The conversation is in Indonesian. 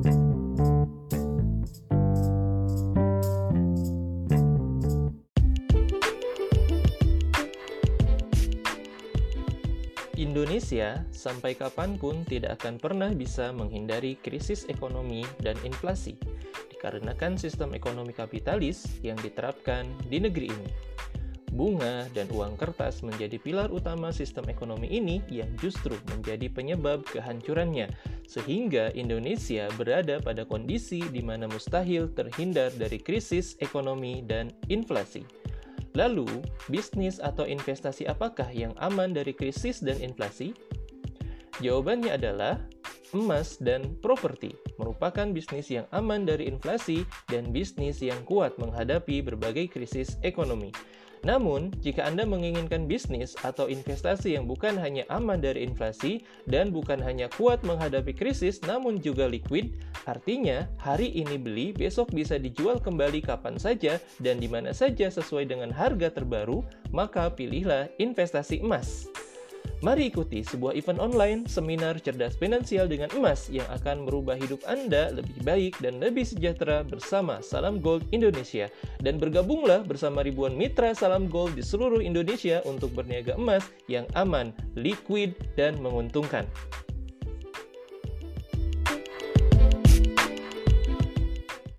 Indonesia sampai kapanpun tidak akan pernah bisa menghindari krisis ekonomi dan inflasi, dikarenakan sistem ekonomi kapitalis yang diterapkan di negeri ini. Bunga dan uang kertas menjadi pilar utama sistem ekonomi ini yang justru menjadi penyebab kehancurannya, sehingga Indonesia berada pada kondisi di mana mustahil terhindar dari krisis ekonomi dan inflasi. Lalu, bisnis atau investasi apakah yang aman dari krisis dan inflasi? Jawabannya adalah emas dan properti merupakan bisnis yang aman dari inflasi dan bisnis yang kuat menghadapi berbagai krisis ekonomi. Namun, jika Anda menginginkan bisnis atau investasi yang bukan hanya aman dari inflasi dan bukan hanya kuat menghadapi krisis namun juga liquid, artinya hari ini beli, besok bisa dijual kembali kapan saja dan di mana saja sesuai dengan harga terbaru, maka pilihlah investasi emas. Mari ikuti sebuah event online seminar cerdas finansial dengan emas yang akan merubah hidup Anda lebih baik dan lebih sejahtera bersama Salam Gold Indonesia. Dan bergabunglah bersama ribuan mitra Salam Gold di seluruh Indonesia untuk berniaga emas yang aman, liquid, dan menguntungkan.